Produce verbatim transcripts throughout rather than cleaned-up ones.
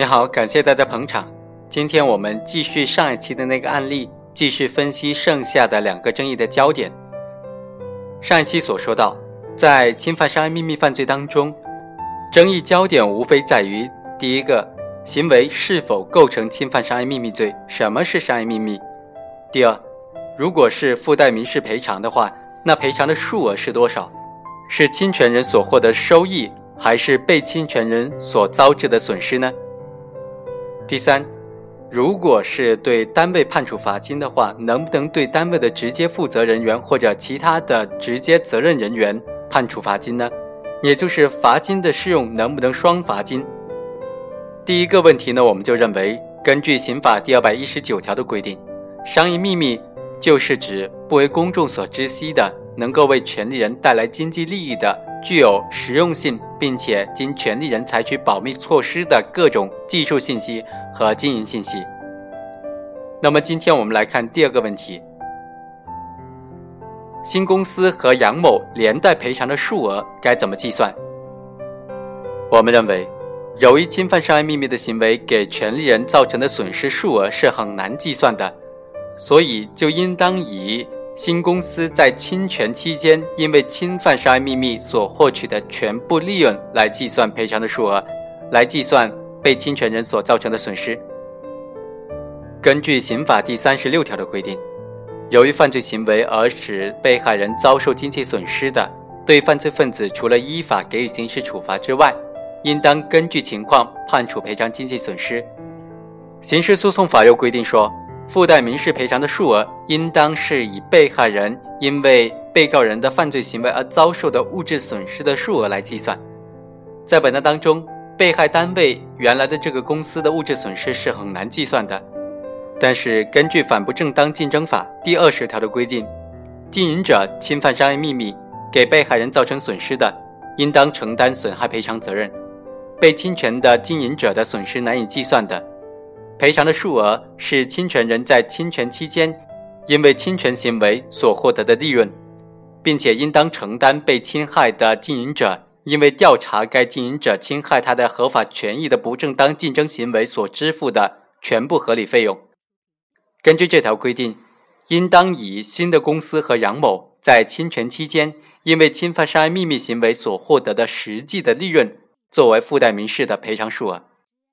好，感谢大家捧场。今天我们继续上一期的那个案例，继续分析剩下的两个争议的焦点。上一期所说到，在侵犯商业秘密犯罪当中，争议焦点无非在于第一个，行为是否构成侵犯商业秘密罪，什么是商业秘密？第二，如果是附带民事赔偿的话，那赔偿的数额是多少？是侵权人所获得收益，还是被侵权人所遭致的损失呢？第三，如果是对单位判处罚金的话，能不能对单位的直接负责人员或者其他的直接责任人员判处罚金呢？也就是罚金的适用能不能双罚金？第一个问题呢，我们就认为，根据刑法第二百一十九条的规定，商业秘密就是指不为公众所知悉的，能够为权利人带来经济利益的，具有实用性，并且经权利人采取保密措施的各种技术信息和经营信息。那么今天我们来看第二个问题，新公司和杨某连带赔偿的数额该怎么计算？我们认为，由于侵犯商业秘密的行为给权利人造成的损失数额是很难计算的，所以就应当以新公司在侵权期间因为侵犯商业秘密所获取的全部利润来计算赔偿的数额，来计算被侵权人所造成的损失。根据刑法第三十六条的规定，由于犯罪行为而使被害人遭受经济损失的，对犯罪分子除了依法给予刑事处罚之外，应当根据情况判处赔偿经济损失。刑事诉讼法又规定说，附带民事赔偿的数额应当是以被害人因为被告人的犯罪行为而遭受的物质损失的数额来计算。在本案当中，被害单位原来的这个公司的物质损失是很难计算的，但是根据反不正当竞争法第二十条的规定，经营者侵犯商业秘密给被害人造成损失的，应当承担损害赔偿责任。被侵权的经营者的损失难以计算的，赔偿的数额是侵权人在侵权期间因为侵权行为所获得的利润，并且应当承担被侵害的经营者因为调查该经营者侵害他的合法权益的不正当竞争行为所支付的全部合理费用。根据这条规定，应当以新的公司和杨某在侵权期间因为侵犯商业秘密行为所获得的实际的利润作为附带民事的赔偿数额。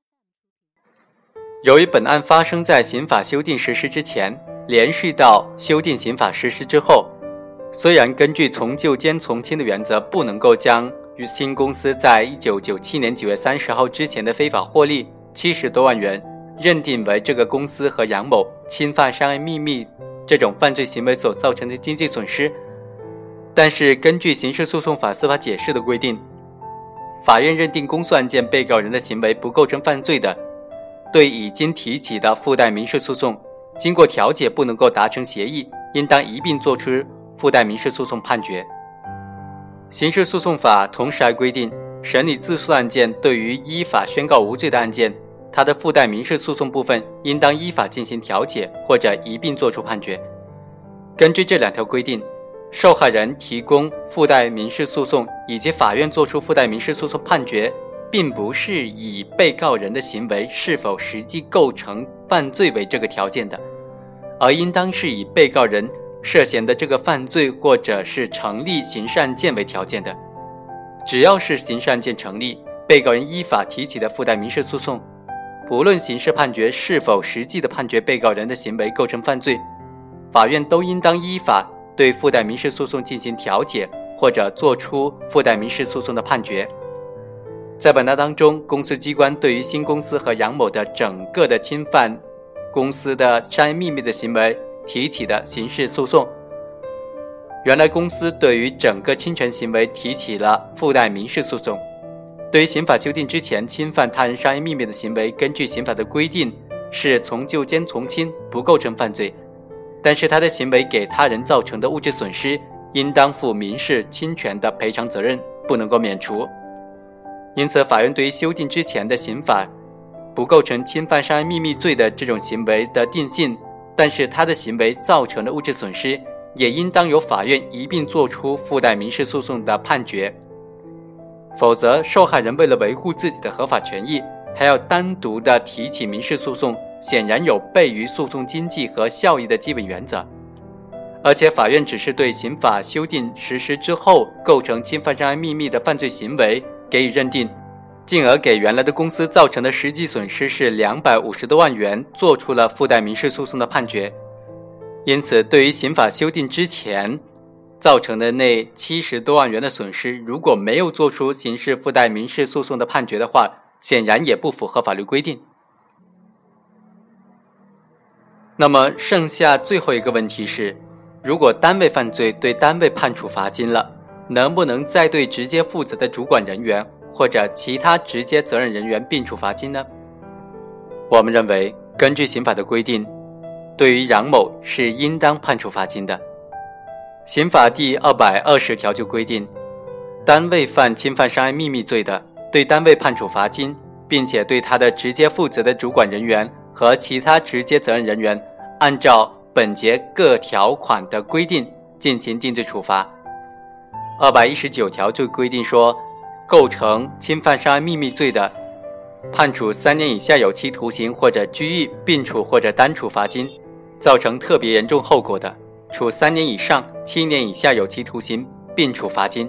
由于本案发生在刑法修订实施之前，连续到修订刑法实施之后，虽然根据从旧兼从轻的原则，不能够将与新公司在一九九七年九月三十号之前的非法获利七十多万元认定为这个公司和杨某侵犯商业秘密这种犯罪行为所造成的经济损失，但是根据刑事诉讼法司法解释的规定，法院认定公诉案件被告人的行为不构成犯罪的，对已经提起的附带民事诉讼经过调解不能够达成协议，应当一并作出附带民事诉讼判决。刑事诉讼法同时还规定，审理自诉案件对于依法宣告无罪的案件，它的附带民事诉讼部分应当依法进行调解或者一并作出判决。根据这两条规定，受害人提供附带民事诉讼以及法院作出附带民事诉讼判决，并不是以被告人的行为是否实际构成犯罪为这个条件的，而应当是以被告人涉嫌的这个犯罪或者是成立刑事案件为条件的。只要是刑事案件成立，被告人依法提起的附带民事诉讼，不论刑事判决是否实际的判决被告人的行为构成犯罪，法院都应当依法对附带民事诉讼进行调解或者作出附带民事诉讼的判决。在本案当中，公诉机关对于新公司和杨某的整个的侵犯公司的商业秘密的行为提起的刑事诉讼，原来公司对于整个侵权行为提起了附带民事诉讼。对于刑法修订之前侵犯他人商业秘密的行为，根据刑法的规定是从旧兼从轻，不构成犯罪，但是他的行为给他人造成的物质损失应当负民事侵权的赔偿责任，不能够免除。因此法院对于修订之前的刑法不构成侵犯商业秘密罪的这种行为的定性，但是他的行为造成的物质损失也应当由法院一并作出附带民事诉讼的判决。否则受害人为了维护自己的合法权益， 还要单独的提起民事诉讼，显然有悖于诉讼经济和效益的基本原则。而且法院只是对刑法修订实施之后构成侵犯商业秘密的犯罪行为给予认定，进而给原来的公司造成的实际损失是两百五十多万元，做出了附带民事诉讼的判决。因此，对于刑法修订之前造成的那七十多万元的损失，如果没有做出刑事附带民事诉讼的判决的话，显然也不符合法律规定。那么剩下最后一个问题是，如果单位犯罪对单位判处罚金了，能不能再对直接负责的主管人员或者其他直接责任人员并处罚金呢？我们认为，根据刑法的规定，对于杨某是应当判处罚金的。刑法第二百二十条就规定，单位犯侵犯商业秘密罪的，对单位判处罚金，并且对他的直接负责的主管人员和其他直接责任人员按照本节各条款的规定进行定罪处罚。二百一十九条就规定说，构成侵犯商业秘密罪的，判处三年以下有期徒刑或者拘役，并处或者单处罚金；造成特别严重后果的，处三年以上七年以下有期徒刑，并处罚金。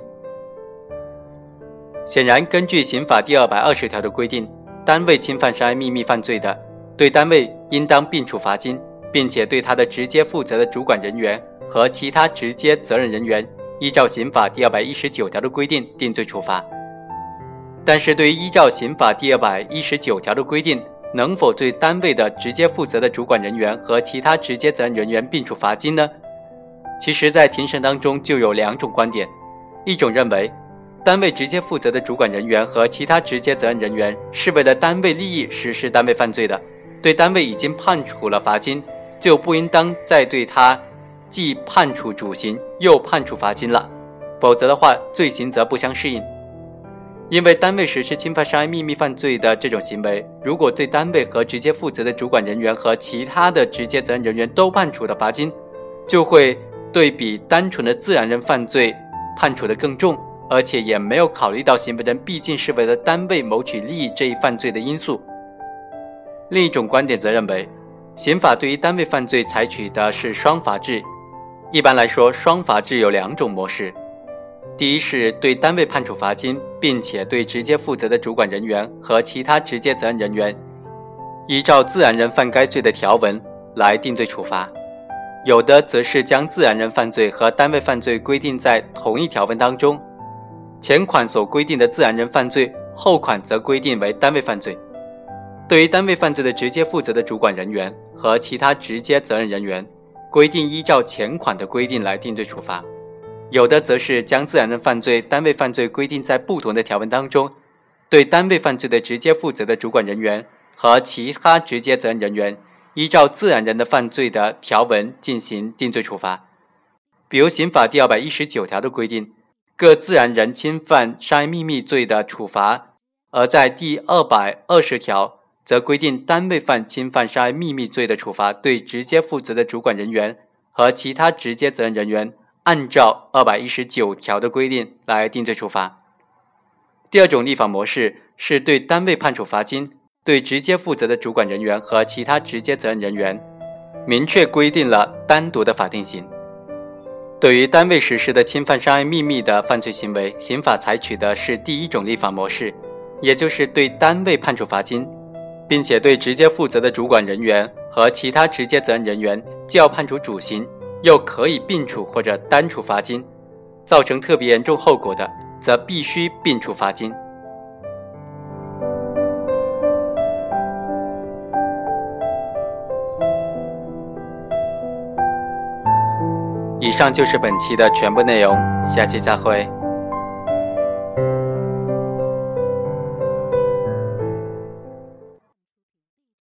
显然，根据刑法第二百二十条的规定，单位侵犯商业秘密犯罪的，对单位应当并处罚金，并且对他的直接负责的主管人员和其他直接责任人员依照刑法第二百一十九条的规定定罪处罚。但是对于依照刑法第二百一十九条的规定，能否对单位的直接负责的主管人员和其他直接责任人员并处罚金呢？其实在庭审当中就有两种观点，一种认为，单位直接负责的主管人员和其他直接责任人员是为了单位利益实施单位犯罪的，对单位已经判处了罚金，就不应当再对他既判处主刑又判处罚金了，否则的话罪行则不相适应。因为单位实施侵犯商业秘密犯罪的这种行为，如果对单位和直接负责的主管人员和其他的直接责任人员都判处了罚金，就会对比单纯的自然人犯罪判处的更重，而且也没有考虑到行为人毕竟是为了单位谋取利益这一犯罪的因素。另一种观点则认为，刑法对于单位犯罪采取的是双罚制。一般来说，双罚制有两种模式，第一是对单位判处罚金，并且对直接负责的主管人员和其他直接责任人员依照自然人犯该罪的条文来定罪处罚，有的则是将自然人犯罪和单位犯罪规定在同一条文当中，前款所规定的自然人犯罪，后款则规定为单位犯罪。对于单位犯罪的直接负责的主管人员和其他直接责任人员，规定依照前款的规定来定罪处罚，有的则是将自然人犯罪、单位犯罪规定在不同的条文当中，对单位犯罪的直接负责的主管人员和其他直接责任人员依照自然人的犯罪的条文进行定罪处罚。比如刑法第二百一十九条的规定，各自然人侵犯商业秘密罪的处罚，而在第二百二十条则规定单位犯侵犯商业秘密罪的处罚，对直接负责的主管人员和其他直接责任人员按照二百一十九条的规定来定罪处罚。第二种立法模式是对单位判处罚金，对直接负责的主管人员和其他直接责任人员明确规定了单独的法定刑。对于单位实施的侵犯商业秘密的犯罪行为，刑法采取的是第一种立法模式，也就是对单位判处罚金，并且对直接负责的主管人员和其他直接责任人员既要判处主刑，又可以并处或者单处罚金，造成特别严重后果的，则必须并处罚金。以上就是本期的全部内容，下期再会。